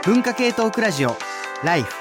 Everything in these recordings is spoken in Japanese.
文化系トークラジオライフ、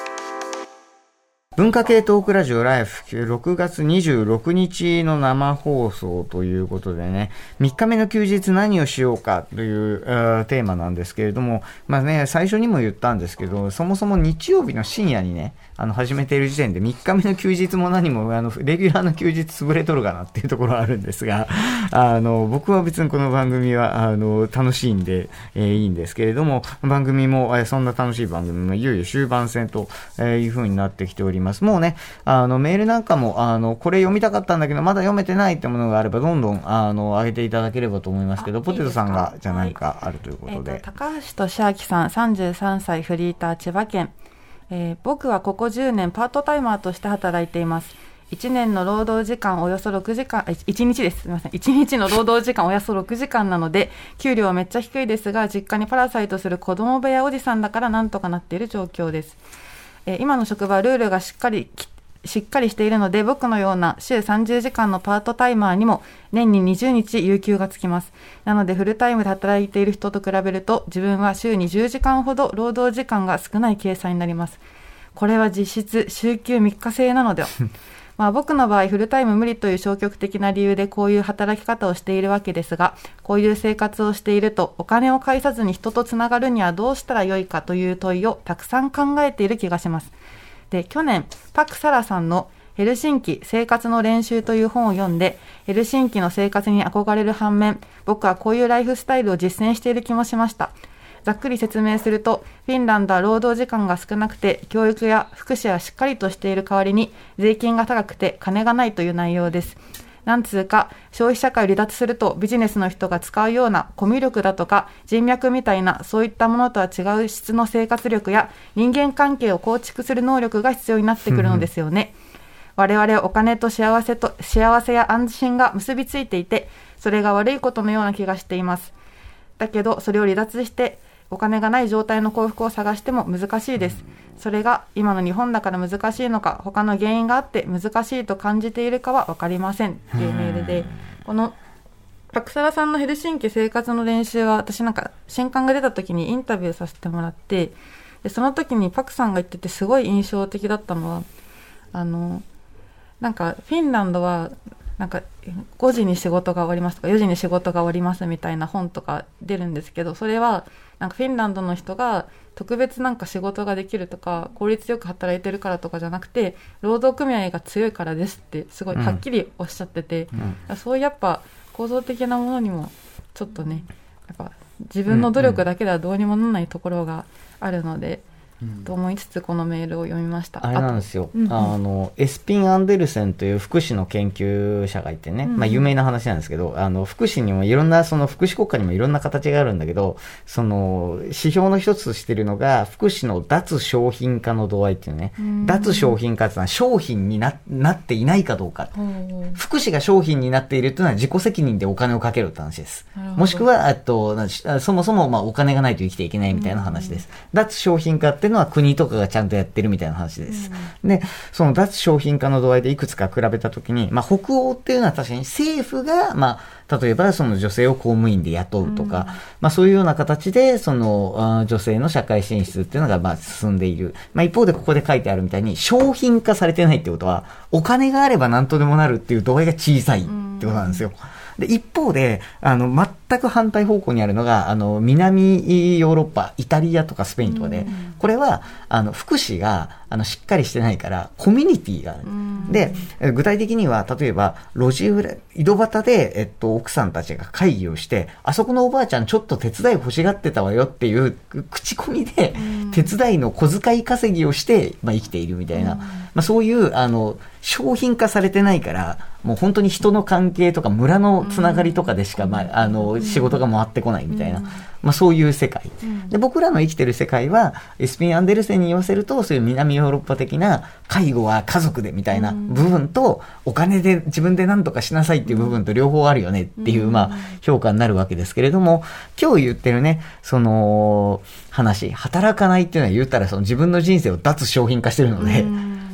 文化系トークラジオライフ6月26日の生放送ということでね、3日目の休日何をしようかというテーマなんですけれども、まあね、最初にも言ったんですけど、そもそも日曜日の深夜にね始めている時点で3日目の休日も何もレギュラーの休日潰れとるかなっていうところはあるんですが、僕は別にこの番組は楽しいんで、いいんですけれども、番組もそんな楽しい番組もいよいよ終盤戦という風になってきております。もうねメールなんかもこれ読みたかったんだけどまだ読めてないってものがあればどんどん上げていただければと思いますけど、ポテトさんがじゃないかあるということで、 高橋俊明さん33歳フリーター千葉県、僕はここ10年パートタイマーとして働いています。1年の労働時間およそ6時間1日です。すみません。1日の労働時間およそ6時間なので給料はめっちゃ低いですが、実家にパラサイトする子供部屋おじさんだからなんとかなっている状況です。今の職場はルールがしっかりしているので、僕のような週30時間のパートタイマーにも年に20日有給がつきます。なのでフルタイムで働いている人と比べると自分は週に10時間ほど労働時間が少ない計算になります。これは実質週休3日制なのでは僕の場合フルタイム無理という消極的な理由でこういう働き方をしているわけですが、こういう生活をしているとお金を介さずに人とつながるにはどうしたらよいかという問いをたくさん考えている気がします。で、去年パク・サラさんのヘルシンキ生活の練習という本を読んで、ヘルシンキの生活に憧れる反面、僕はこういうライフスタイルを実践している気もしました。ざっくり説明すると、フィンランドは労働時間が少なくて教育や福祉はしっかりとしている代わりに税金が高くて金がないという内容です。なんつうか消費社会を離脱するとビジネスの人が使うようなコミュ力だとか人脈みたいなそういったものとは違う質の生活力や人間関係を構築する能力が必要になってくるのですよね。我々お金と幸せや安心が結びついていて、それが悪いことのような気がしています。だけどそれを離脱してお金がない状態の幸福を探しても難しいです。それが今の日本だから難しいのか、他の原因があって難しいと感じているかは分かりませんっていうメールで、このパクサラさんのヘルシンキ生活の練習は私なんか新刊が出た時にインタビューさせてもらって、でその時にパクさんが言っててすごい印象的だったのは、なんかフィンランドはなんか5時に仕事が終わりますとか4時に仕事が終わりますみたいな本とか出るんですけど、それはなんかフィンランドの人が特別なんか仕事ができるとか効率よく働いてるからとかじゃなくて、労働組合が強いからですってすごいはっきりおっしゃってて、そういうやっぱ構造的なものにもちょっとね、やっぱ自分の努力だけではどうにもならないところがあるので、と思いつつこのメールを読みました。 あれなんですよ、エスピン・アンデルセンという福祉の研究者がいてね、有名な話なんですけど、福祉にもいろんなその福祉国家にもいろんな形があるんだけど、その指標の一つとしているのが福祉の脱商品化の度合いっていうね、脱商品化っていうのは商品に なっていないかどうか、福祉が商品になっているというのは自己責任でお金をかけるって話です。もしくはそもそもお金がないと生きていけないみたいな話です。脱商品化ってのは国とかがちゃんとやってるみたいな話です。で、その脱商品化の度合いでいくつか比べたときに、北欧っていうのは確かに政府が、例えばその女性を公務員で雇うとか、そういうような形でその女性の社会進出っていうのが進んでいる。一方でここで書いてあるみたいに商品化されてないってことは、お金があれば何とでもなるっていう度合いが小さいってことなんですよ。で、一方で全く反対方向にあるのが南ヨーロッパ、イタリアとかスペインとかで、これは福祉がしっかりしてないからコミュニティがある。で、具体的には例えば路地裏、井戸端で奥さんたちが会議をして、あそこのおばあちゃんちょっと手伝い欲しがってたわよっていう口コミで手伝いの小遣い稼ぎをして生きているみたいな、そういう商品化されてないから、もう本当に人の関係とか村のつながりとかでしか、仕事が回ってこないみたいな、そういう世界、で僕らの生きてる世界はエスピン・アンデルセンに言わせると、そういう南ヨーロッパ的な介護は家族でみたいな部分と、お金で自分で何とかしなさいっていう部分と両方あるよねっていう、評価になるわけですけれども、今日言ってるねその話、働かないっていうのは言ったらその自分の人生を脱商品化してるので、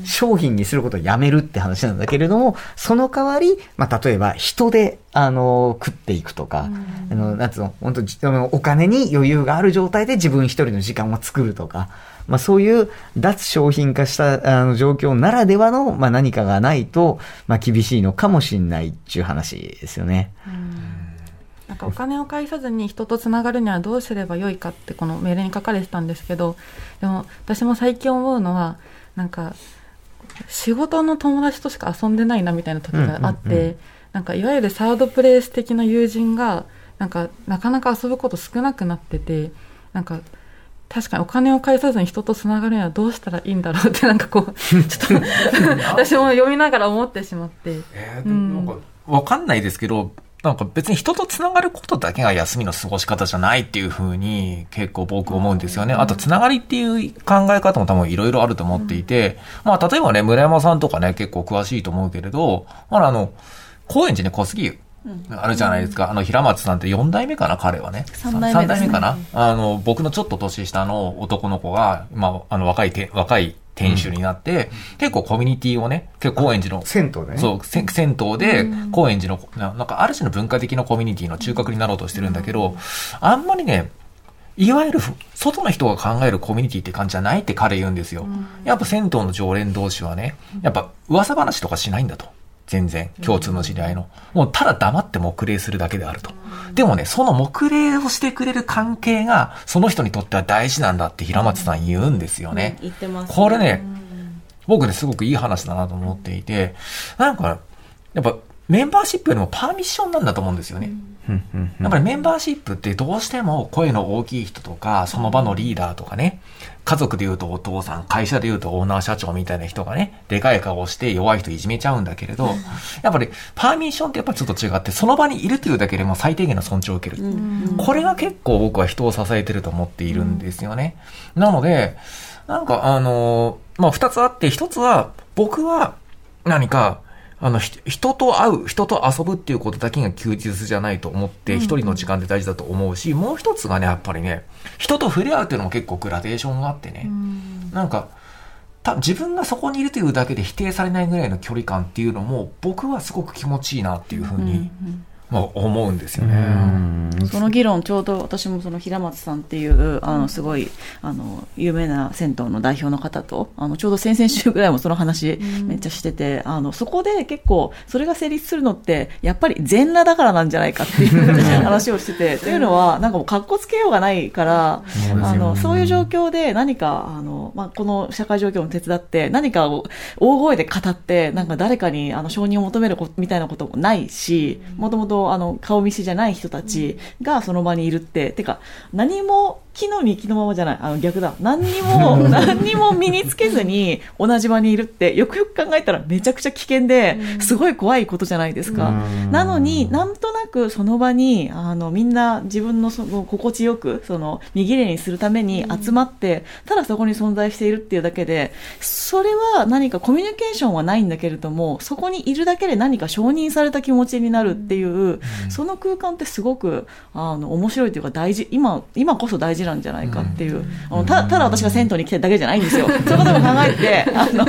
商品にすることをやめるって話なんだけれども、その代わり、まあ、例えば人で、食っていくとか、なんつうの、本当お金に余裕がある状態で自分一人の時間を作るとか、まあ、そういう脱商品化した状況ならではの、まあ、何かがないと、まあ、厳しいのかもしれないっていう話ですよね。 なんかお金を介さずに人とつながるにはどうすればよいかってこのメールに書かれてたんですけど、でも私も最近思うのはなんか仕事の友達としか遊んでないなみたいな時があって、なんかいわゆるサードプレイス的な友人がなかなか遊ぶこと少なくなってて、なんか確かにお金を返さずに人とつながるにはどうしたらいいんだろうってなんかこうちょっと私も読みながら思ってしまって、 なんか分かんないですけど、なんか別に人とつながることだけが休みの過ごし方じゃないっていう風に結構僕思うんですよね。あとつながりっていう考え方も多分いろいろあると思っていて、まあ例えばね、村山さんとかね結構詳しいと思うけれど、ほら高円寺に小杉湯あるじゃないですか。平松さんって4代目かな、彼はね。3代目かな。僕のちょっと年下の男の子が、若い店主になって、結構コミュニティをね、結構高円寺の、 銭湯でね。 そう、銭湯で、高円寺の、なんかある種の文化的なコミュニティの中核になろうとしてるんだけど、あんまりね、いわゆる外の人が考えるコミュニティって感じじゃないって彼言うんですよ。やっぱ銭湯の常連同士はね、やっぱ噂話とかしないんだと。全然共通の知り合いの、もうただ黙って黙礼するだけであると。でもね、その黙礼をしてくれる関係がその人にとっては大事なんだって平松さん言うんですよね。 言ってますね。 これね、僕ねすごくいい話だなと思っていて、なんかやっぱメンバーシップよりもパーミッションなんだと思うんですよね。やっぱりメンバーシップってどうしても声の大きい人とか、その場のリーダーとかね、家族で言うとお父さん、会社で言うとオーナー社長みたいな人がね、でかい顔をして弱い人いじめちゃうんだけれど、やっぱりパーミッションってやっぱちょっと違って、その場にいるというだけでも最低限の尊重を受ける。これが結構僕は人を支えてると思っているんですよね。なので、なんか二つあって、一つは僕は何か人と会う、人と遊ぶっていうことだけが休日じゃないと思って、一人の時間って大事だと思うし、もう一つがね、やっぱりね、人と触れ合うっていうのも結構グラデーションがあってね、なんか、自分がそこにいるというだけで否定されないぐらいの距離感っていうのも、僕はすごく気持ちいいなっていうふうに、思うんですよね。 その議論ちょうど私もその平松さんっていうすごい有名な銭湯の代表の方とちょうど先々週ぐらいもその話めっちゃしてて、そこで結構それが成立するのってやっぱり全裸だからなんじゃないかっていう話をしてて、というのはなんかもう格好つけようがないからそういう状況で何かこの社会状況を手伝って何かを大声で語ってなんか誰かに承認を求めるみたいなこともないし、もともと顔見知りじゃない人たちがその場にいるって、てか何も木の実木のままじゃない、逆だ、何にも身につけずに同じ場にいるってよくよく考えたらめちゃくちゃ危険ですごい怖いことじゃないですか。なのになんとなくその場にみんな自分の心地よく身綺麗にするために集まってただそこに存在しているっていうだけで、それは何かコミュニケーションはないんだけれども、そこにいるだけで何か承認された気持ちになるっていう、その空間ってすごく面白いというか大事、今こそ大事なんじゃないかっていう、ただ私が銭湯に来てるだけじゃないんですよ。そういうことも考えて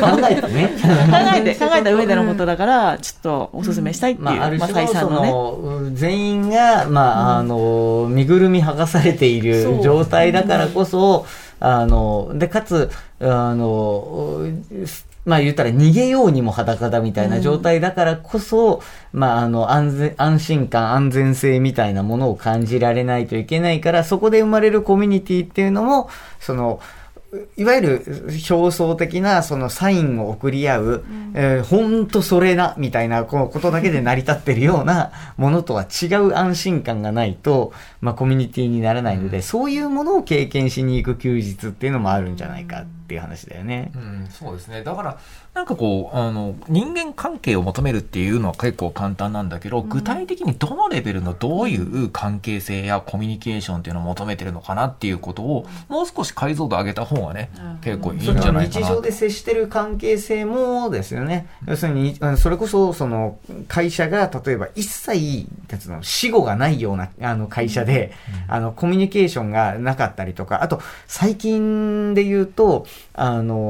考えた上でのことだからちょっとお勧めしたいっていう、 ある種の全員が身ぐるみ剥がされている状態だからこそ、でかつ言ったら逃げようにも裸だみたいな状態だからこそ、安心感、安全性みたいなものを感じられないといけないから、そこで生まれるコミュニティっていうのも、いわゆる表層的なサインを送り合う、本当それなみたいなことだけで成り立ってるようなものとは違う安心感がないと、コミュニティにならないので、そういうものを経験しに行く休日っていうのもあるんじゃないかっていう話だよね。 そうですね。だからなんかこう人間関係を求めるっていうのは結構簡単なんだけど、具体的にどのレベルのどういう関係性やコミュニケーションっていうのを求めてるのかなっていうことをもう少し解像度上げた方がね、結構いいんじゃないかな。 日常で接してる関係性もですよね。要するにそれこそ会社が例えば一切死後がないような会社で、コミュニケーションがなかったりとか、あと最近で言うと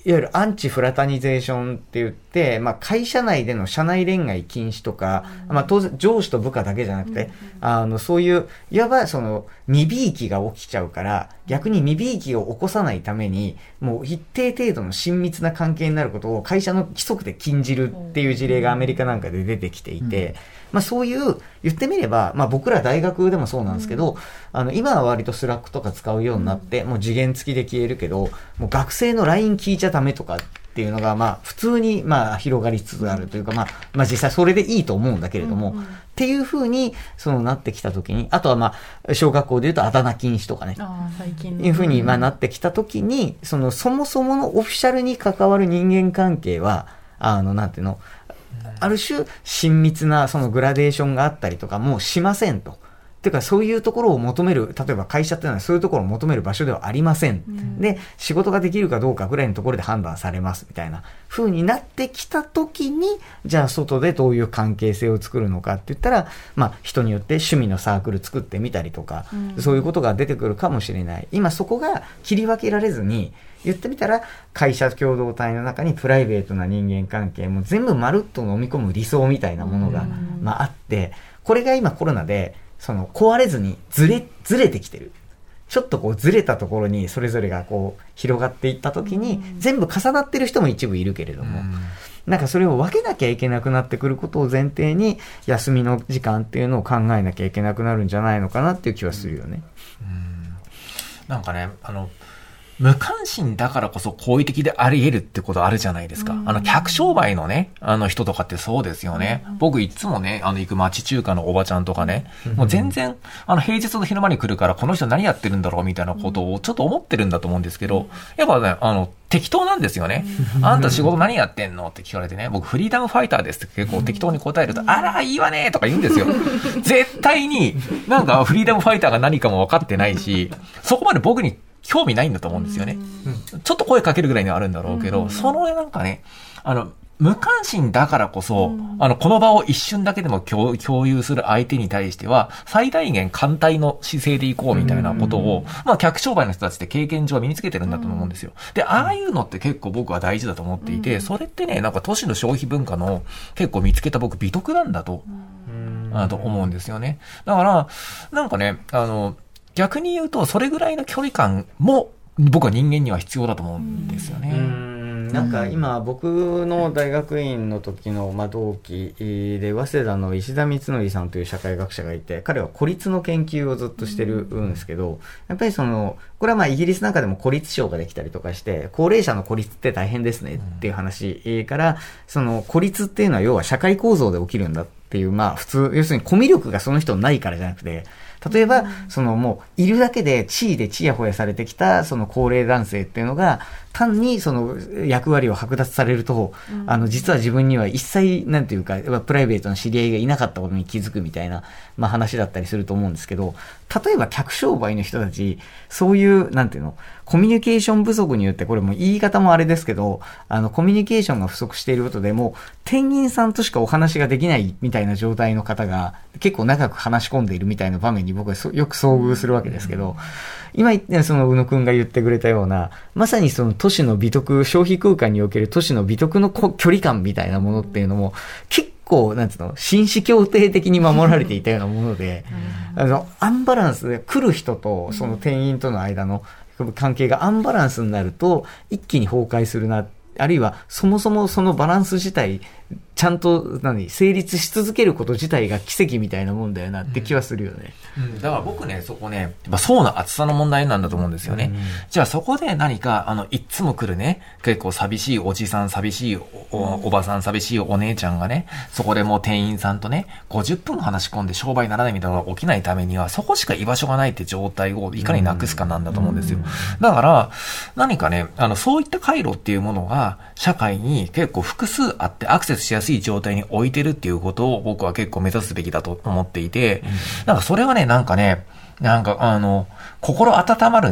いわゆるアンチフラタニゼーションって言って、まあ、会社内での社内恋愛禁止とか、まあ、当然上司と部下だけじゃなくて、そういういわばその未びいきが起きちゃうから、逆に未びいきを起こさないためにもう一定程度の親密な関係になることを会社の規則で禁じるっていう事例がアメリカなんかで出てきていて、まあ、そういう言ってみれば、まあ、僕ら大学でもそうなんですけど、今は割とスラックとか使うようになって、もう次元付きで消えるけど、もう学生の LINE 聞いちゃダメとかっていうのが、まあ、普通に、まあ、広がりつつあるというか、まあ、実際それでいいと思うんだけれども、っていう風に、なってきたときに、あとはまあ、小学校で言うとあだ名禁止とかね、 最近いう風に、まあ、なってきたときに、そもそものオフィシャルに関わる人間関係は、なんていうの、ある種親密なそのグラデーションがあったりとかもしませんと。てかそういうところを求める、例えば会社っていうのはそういうところを求める場所ではありません。で、仕事ができるかどうかぐらいのところで判断されますみたいな風になってきたときに、じゃあ外でどういう関係性を作るのかって言ったら、まあ人によって趣味のサークル作ってみたりとか、そういうことが出てくるかもしれない。今そこが切り分けられずに、言ってみたら会社共同体の中にプライベートな人間関係も全部まるっと飲み込む理想みたいなものが、まあ、あって、これが今コロナで壊れずにずれてきてる。ちょっとこうずれたところにそれぞれがこう広がっていった時に、全部重なってる人も一部いるけれども、なんかそれを分けなきゃいけなくなってくることを前提に休みの時間っていうのを考えなきゃいけなくなるんじゃないのかなっていう気はするよね。 なんかね、無関心だからこそ好意的であり得るってことあるじゃないですか。客商売のね、人とかってそうですよね。僕いつもね、行く町中華のおばちゃんとかね、もう全然、平日の昼間に来るからこの人何やってるんだろうみたいなことをちょっと思ってるんだと思うんですけど、やっぱね、適当なんですよね。あんた仕事何やってんのって聞かれてね、僕フリーダムファイターですって結構適当に答えると、あら、いいわねとか言うんですよ。絶対になんかフリーダムファイターが何かも分かってないし、そこまで僕に興味ないんだと思うんですよね。ちょっと声かけるぐらいにはあるんだろうけど、なんかね、無関心だからこそ、この場を一瞬だけでも共有する相手に対しては、最大限寛大の姿勢でいこうみたいなことを、まあ、客商売の人たちって経験上は身につけてるんだと思うんですよ。で、ああいうのって結構僕は大事だと思っていて、それってね、なんか都市の消費文化の結構見つけた僕美徳なんだと思うんですよね。だから、なんかね、逆に言うと、それぐらいの距離感も僕は人間には必要だと思うんですよね。 なんか今僕の大学院の時の同期で早稲田の石田光則さんという社会学者がいて、彼は孤立の研究をずっとしてるんですけど、やっぱりこれはまあイギリスなんかでも孤立症ができたりとかして、高齢者の孤立って大変ですねっていう話から、孤立っていうのは要は社会構造で起きるんだっていう、まあ普通、要するにコミュ力がその人ないからじゃなくて、例えば、もう、いるだけで地位でチヤホヤされてきた、高齢男性っていうのが、単に役割を剥奪されると、実は自分には一切、なんていうか、プライベートな知り合いがいなかったことに気づくみたいな、まあ話だったりすると思うんですけど、例えば客商売の人たち、そういう、なんていうの、コミュニケーション不足によって、これも言い方もあれですけど、コミュニケーションが不足していることでもう、店員さんとしかお話ができないみたいな状態の方が、結構長く話し込んでいるみたいな場面に僕はよく遭遇するわけですけど、今言って宇野くんが言ってくれたような、まさに都市の美徳、消費空間における都市の美徳の距離感みたいなものっていうのも、結構、なんつうの、紳士協定的に守られていたようなもので、アンバランスで来る人とその店員との間の関係がアンバランスになると、一気に崩壊するな、あるいはそもそもそのバランス自体、ちゃんと成立し続けること自体が奇跡みたいなもんだよなって気はするよね。 だから僕ね、そこね、層の厚さの問題なんだと思うんですよね。じゃあそこで何か、いつも来るね、結構寂しいおじさん、寂しい おばさん、寂しいお姉ちゃんがね、そこでもう店員さんとね、50分話し込んで商売にならないみたいなのが起きないためには、そこしか居場所がないって状態をいかになくすかなんだと思うんですよ。だから、何かね、そういった回路っていうものが、社会に結構複数あってアクセスしやすい状態に置いてるっていうことを僕は結構目指すべきだと思っていて、なんかそれはね、なんか心温まるね、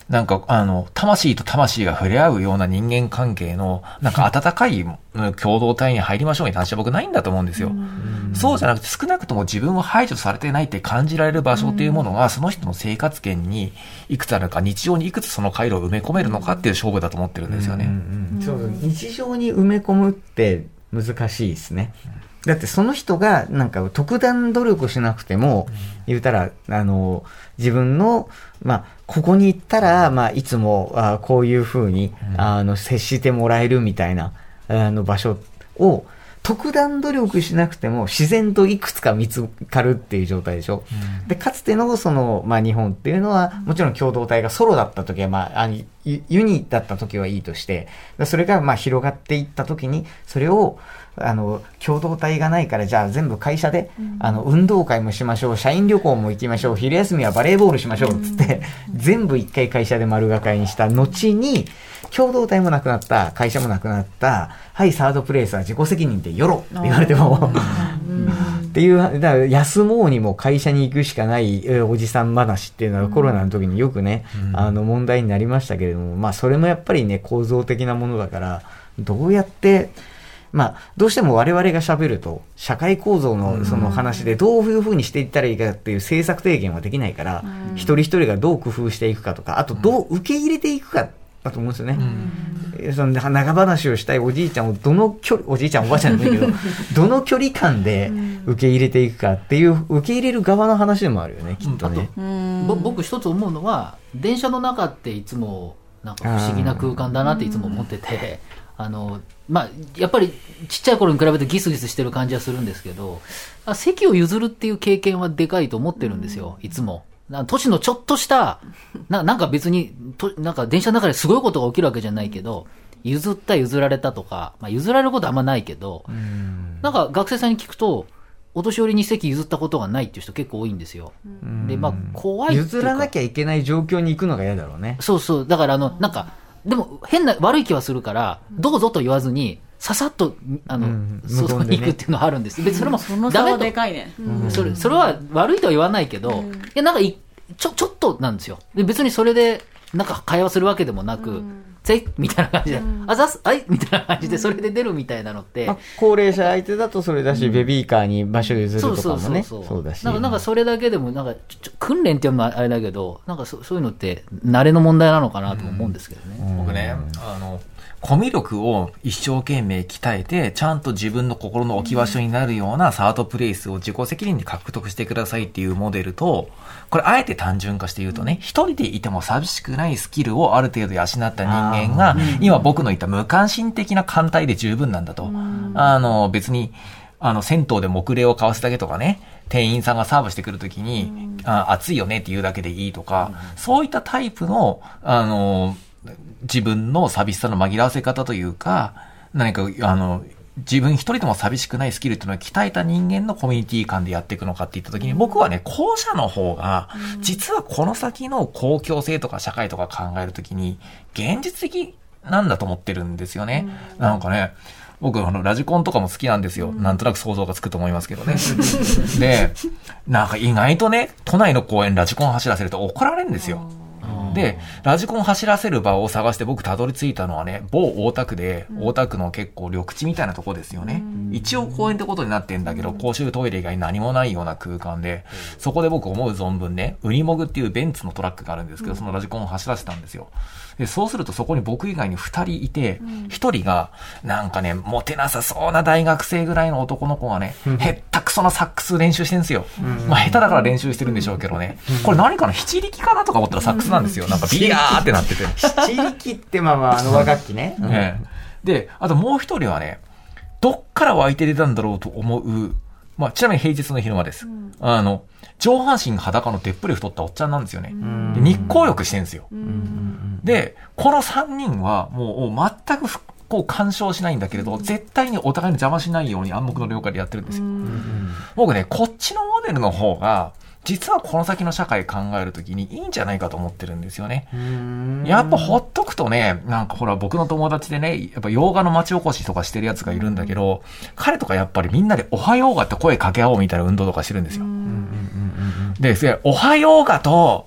なんか、魂と魂が触れ合うような人間関係の、なんか温かい共同体に入りましょうみたいな話は僕ないんだと思うんですよ。そうじゃなくて、少なくとも自分は排除されてないって感じられる場所っていうものが、その人の生活圏にいくつあるのか、日常にいくつその回路を埋め込めるのかっていう勝負だと思ってるんですよね。 そう日常に埋め込むって難しいですね。だってその人がなんか特段努力しなくても、言うたら、自分の、ここに行ったら、いつも、こういう風に、接してもらえるみたいな、場所を、特段努力しなくても自然といくつか見つかるっていう状態でしょ。で、かつてのその、日本っていうのは、もちろん共同体がソロだった時は、ユニだった時はいいとして、それが広がっていった時に、それを、共同体がないから、じゃあ全部会社で、運動会もしましょう、社員旅行も行きましょう、昼休みはバレーボールしましょう、つって、全部一回会社で丸がかりにした後に、共同体もなくなった、会社もなくなった、はい、サードプレイスは自己責任でよろって言われても、っていう、だから休もうにも会社に行くしかないおじさん話っていうのはコロナの時によくね、問題になりましたけれども、それもやっぱりね、構造的なものだから、どうやって、どうしても我々が喋ると、社会構造のその話でどういう風にしていったらいいかっていう政策提言はできないから、一人一人がどう工夫していくかとか、あとどう受け入れていくかだと思うんですよね。その長話をしたいおじいちゃんをどの距離、おじいちゃんおばあちゃんでもいいけど、どの距離感で受け入れていくかっていう、受け入れる側の話でもあるよね、きっとね。 僕一つ思うのは、電車の中っていつもなんか不思議な空間だなっていつも思ってて、やっぱりちっちゃい頃に比べてギスギスしてる感じはするんですけど、席を譲るっていう経験はでかいと思ってるんですよ、いつも。都市のちょっとした、なんか別に、なんか電車の中ですごいことが起きるわけじゃないけど、譲った譲られたとか、譲られることはあんまないけど、なんか学生さんに聞くと、お年寄りに席譲ったことがないっていう人結構多いんですよ。で、怖いっていうか。 譲らなきゃいけない状況に行くのが嫌だろうね。 そうそう。だからなんか、でも変な悪い気はするから、どうぞと言わずに、ささっと、そこに行くっていうのはあるんです。別にそれもその差はでかいね。 それは悪いとは言わないけど、いや、なんかちょっとなんですよ。で、別にそれで、なんか会話するわけでもなく、みたいな感じで、みたいな感じで、それで出るみたいなのって。 高齢者相手だとそれだし、ベビーカーに場所譲るとかもね。 そうだし。なんかそれだけでも、なんか、訓練っていうのもあれだけど、なんかそういうのって、慣れの問題なのかなと思うんですけどね。 僕ね、コミュ力を一生懸命鍛えて、ちゃんと自分の心の置き場所になるようなサードプレイスを自己責任で獲得してくださいっていうモデルと、これあえて単純化して言うとね、一人でいても寂しくないスキルをある程度養った人間が、今僕の言った無関心的な艦隊で十分なんだと。別に、銭湯で木礼を交わすだけとかね、店員さんがサーブしてくるときに、暑いよねって言うだけでいいとか、そういったタイプの、自分の寂しさの紛らわせ方というか、何か、自分一人でも寂しくないスキルっていうのを鍛えた人間のコミュニティ間でやっていくのかって言ったときに、僕はね、後者の方が、実はこの先の公共性とか社会とか考えるときに、現実的なんだと思ってるんですよね。なんかね、僕ラジコンとかも好きなんですよ。なんとなく想像がつくと思いますけどね。で、なんか意外とね、都内の公園ラジコン走らせると怒られるんですよ。で、ラジコン走らせる場を探して僕たどり着いたのはね、某大田区で、大田区の結構緑地みたいなとこですよね。一応公園ってことになってんだけど、公衆トイレ以外何もないような空間で、そこで僕思う存分ね、ウニモグっていうベンツのトラックがあるんですけど、そのラジコンを走らせたんですよ。で、そうするとそこに僕以外に2人いて、1人が、なんかね、モテなさそうな大学生ぐらいの男の子がね、へったくそなサックス練習してるんですよ。下手だから練習してるんでしょうけどね。これ何かの七力かなとか思ったらサックスなんですよ。なんかビヤーってなってて。 七力って和楽器ね。 で、あともう1人はね、どっから湧いて出たんだろうと思う、ちなみに平日の昼間です。上半身裸のでっぷり太ったおっちゃんなんですよね。で日光浴してるんですよ。で、この3人はもう全く干渉しないんだけれど、絶対にお互いに邪魔しないように暗黙の了解でやってるんですよ。僕ね、こっちのモデルの方が、実はこの先の社会考えるときにいいんじゃないかと思ってるんですよね。やっぱほっとくとね、なんかほら僕の友達でね、やっぱ洋画の町おこしとかしてるやつがいるんだけど、彼とかやっぱりみんなでおはようがって声かけ合おうみたいな運動とかしてるんですよ。で、おはようがと、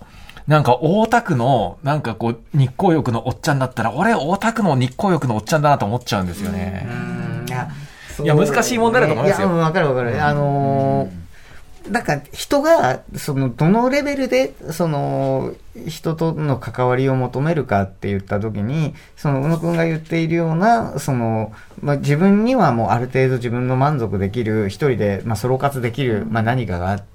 なんか大田区の、なんかこう、日光浴のおっちゃんだったら、俺大田区の日光浴のおっちゃんだなと思っちゃうんですよね。いや、難しい問題だと思いますよ。 いや、わかるわかる。なんか人が、どのレベルで、人との関わりを求めるかって言ったときに、宇野くんが言っているような、自分にはもうある程度自分の満足できる、一人で、ソロ活できる、何かがあって、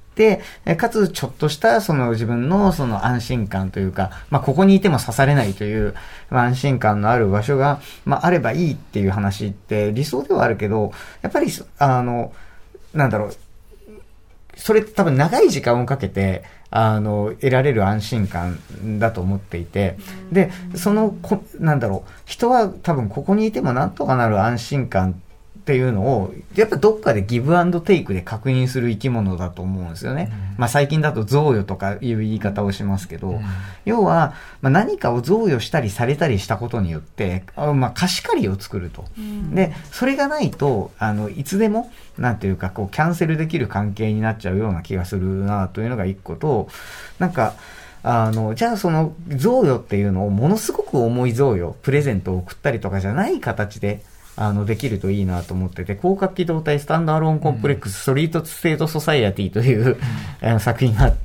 かつちょっとした自分の安心感というか、ここにいても刺されないという安心感のある場所が、あればいいっていう話って理想ではあるけど、やっぱり、なんだろう、それって多分長い時間をかけて、得られる安心感だと思っていて、で、なんだろう、人は多分ここにいてもなんとかなる安心感っていうのを、やっぱどっかでギブアンドテイクで確認する生き物だと思うんですよね。最近だと贈与とかいう言い方をしますけど、要は、何かを贈与したりされたりしたことによって、貸し借りを作ると。で、それがないと、いつでも、なんていうか、キャンセルできる関係になっちゃうような気がするな、というのが一個と、なんか、じゃあ贈与っていうのをものすごく重い贈与、プレゼントを送ったりとかじゃない形で、できるといいなと思ってて、広角機動隊スタンドアローンコンプレックスストリートステートソサイエティという、作品があって、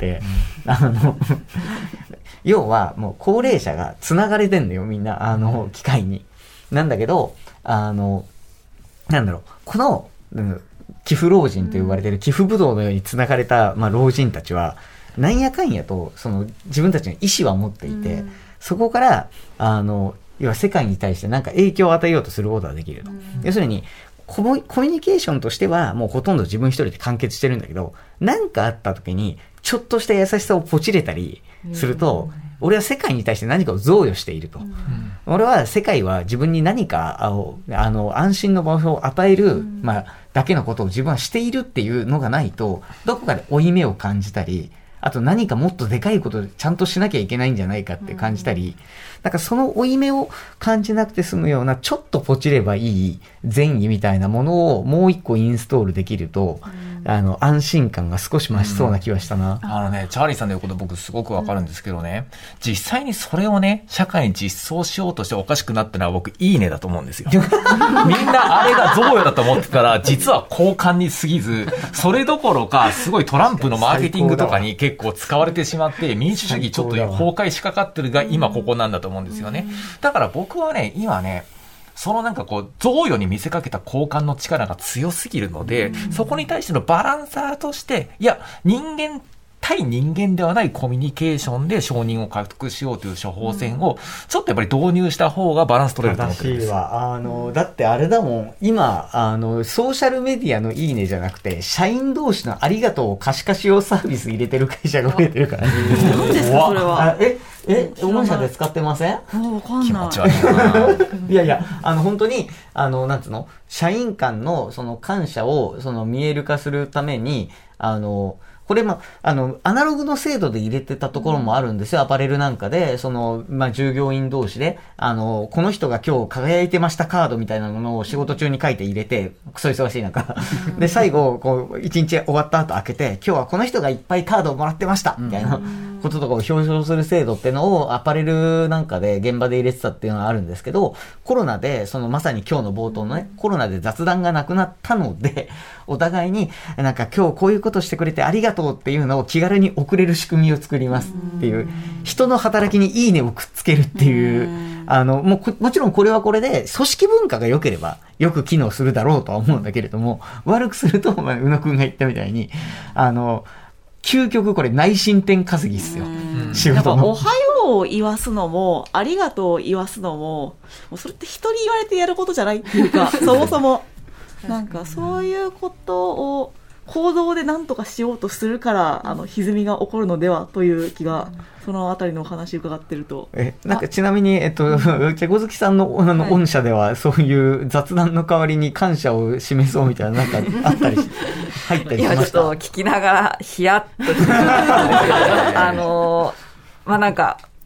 要はもう高齢者が繋がれてんのよ、みんな、機械に。なんだけど、なんだろう、この、寄付老人と呼ばれている寄付武道のように繋がれた、老人たちは、なんやかんやと、自分たちの意思は持っていて、そこから、要は世界に対して何か影響を与えようとすることができると。要するに、コミュニケーションとしてはもうほとんど自分一人で完結してるんだけど、何かあった時に、ちょっとした優しさをポチれたりすると、俺は世界に対して何かを贈与していると。俺は世界は自分に何か安心の場所を与える、だけのことを自分はしているっていうのがないと、どこかで負い目を感じたり、あと何かもっとでかいことでちゃんとしなきゃいけないんじゃないかって感じたり、なんかその負い目を感じなくて済むようなちょっとポチればいい善意みたいなものをもう一個インストールできると、安心感が少し増しそうな気はしたな。 チャーリーさんの言うこと僕すごくわかるんですけどね、実際にそれをね、社会に実装しようとしておかしくなったのは僕いいねだと思うんですよ。みんなあれが贈与だと思ってたら、実は交換に過ぎず、それどころかすごいトランプのマーケティングとかに結構使われてしまって、民主主義ちょっと崩壊しかかってるが今ここなんだと思うんですよね。だから僕はね、今ね、なんか贈与に見せかけた交換の力が強すぎるので、そこに対してのバランサーとして、いや、対人間ではないコミュニケーションで承認を獲得しようという処方箋を、ちょっとやっぱり導入した方がバランス取れると思ってるんです。 だってあれだもん、今、ソーシャルメディアのいいねじゃなくて、社員同士のありがとうを貸し貸し用サービス入れてる会社が増えてるからね。 何ですか、それは。 御社で使ってません？ わかんない。 気持ち悪いな。 いやいや、本当に、なんつうの、社員間の感謝を見える化するために、これアナログの制度で入れてたところもあるんですよ。アパレルなんかで、従業員同士で、この人が今日輝いてましたカードみたいなものを仕事中に書いて入れて、クソ忙しい中。で、最後、一日終わった後開けて、今日はこの人がいっぱいカードをもらってましたみたいなこととかを表彰する制度ってのをアパレルなんかで現場で入れてたっていうのがあるんですけど、コロナで、まさに今日の冒頭のね、コロナで雑談がなくなったので、お互いになんか今日こういうことしてくれてありがとうっていうのを気軽に送れる仕組みを作りますっていう、人の働きにいいねをくっつけるっていう、もちろんこれはこれで組織文化が良ければよく機能するだろうとは思うんだけれども、悪くすると、宇野くんが言ったみたいに、究極これ内申点稼ぎっすよ。仕事の。 おはようを言わすのも、ありがとうを言わすのも、それって人に言われてやることじゃないっていうか、そもそも。なんかそういうことを行動で何とかしようとするから歪みが起こるのではという気が、そのあたりのお話伺ってると。 なんかちなみにチェコ好きさんの御社ではそういう雑談の代わりに感謝を示そうみたいななんかあったり入ったりしました？ 今ちょっと聞きながらヒヤッとしてなんか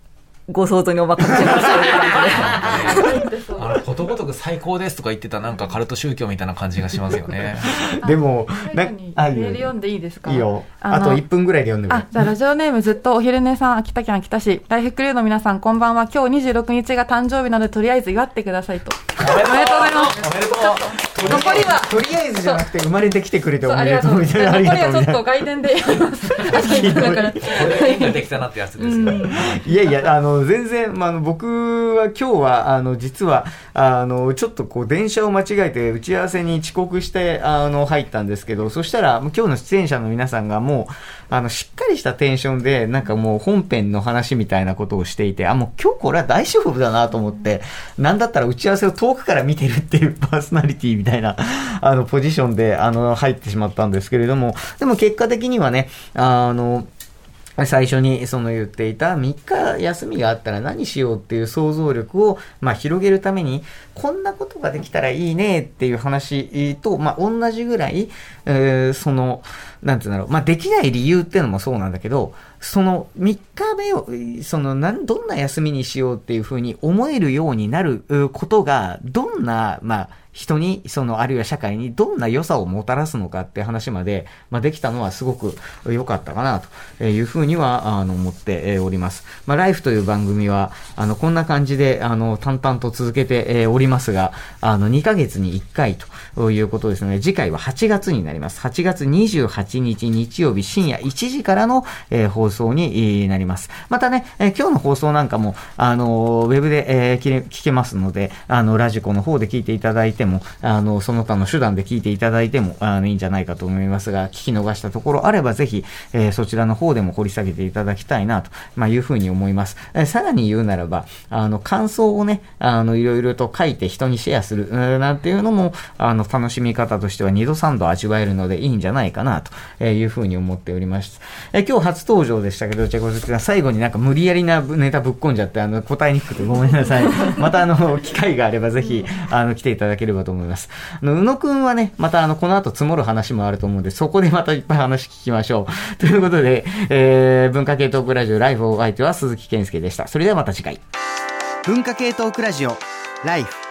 ご想像にお任せしますという感じで。 ことごとく最高ですとか言ってたなんかカルト宗教みたいな感じがしますよね。 でも、 メール読んでいいですか？ いいよ。あと1分ぐらいで読んでもらう。 じゃあラジオネームずっとお昼寝さん、秋田県秋田市。ライフクルーの皆さん、こんばんは。今日26日が誕生日なので、とりあえず祝ってくださいと。おめでとうございます。 おめでとう。 残りは。 とりあえずじゃなくて、生まれてきてくれておめでとうみたいな。 残りはちょっと外伝でやります。 これでできたなってやつですよ。 いやいや、全然、僕は今日は、実は、ちょっとこう、電車を間違えて打ち合わせに遅刻して、入ったんですけど、そしたら、今日の出演者の皆さんがもう、しっかりしたテンションで、なんかもう本編の話みたいなことをしていて、もう今日これは大丈夫だなと思って、なんだったら打ち合わせを遠くから見てるっていうパーソナリティみたいな、ポジションで、入ってしまったんですけれども、でも結果的にはね、最初に言っていた3日休みがあったら何しようっていう想像力を広げるためにこんなことができたらいいねっていう話と同じぐらい、なんていうんだろう、できない理由っていうのもそうなんだけど、その3日目をどんな休みにしようっていうふうに思えるようになることがどんな人にあるいは社会にどんな良さをもたらすのかって話まで、できたのはすごく良かったかなというふうには思っております。ライフという番組はこんな感じで淡々と続けておりますが、2ヶ月に1回ということですので、次回は8月になります。8月28日日曜日深夜1時からの放送になります。またね、今日の放送なんかもウェブで聞けますので、ラジコの方で聞いていただいてもその他の手段で聞いていただいてもいいんじゃないかと思いますが、聞き逃したところあればぜひ、そちらの方でも掘り下げていただきたいなと、いうふうに思います。さらに言うならば感想をねいろいろと書いて人にシェアするなんていうのも楽しみ方としては2度3度味わえるのでいいんじゃないかなというふうに思っております。今日初登場でしたけど、チェコ好きが最後になんか無理やりなネタぶっこんじゃって答えにくくてごめんなさい。また機会があればぜひ来ていただければと思います。宇野くんはね、またこの後積もる話もあると思うんで、そこでまたいっぱい話聞きましょう。ということで、文化系トークラジオライフお相手は鈴木健介でした。それではまた次回。 文化系トークラジオライフ。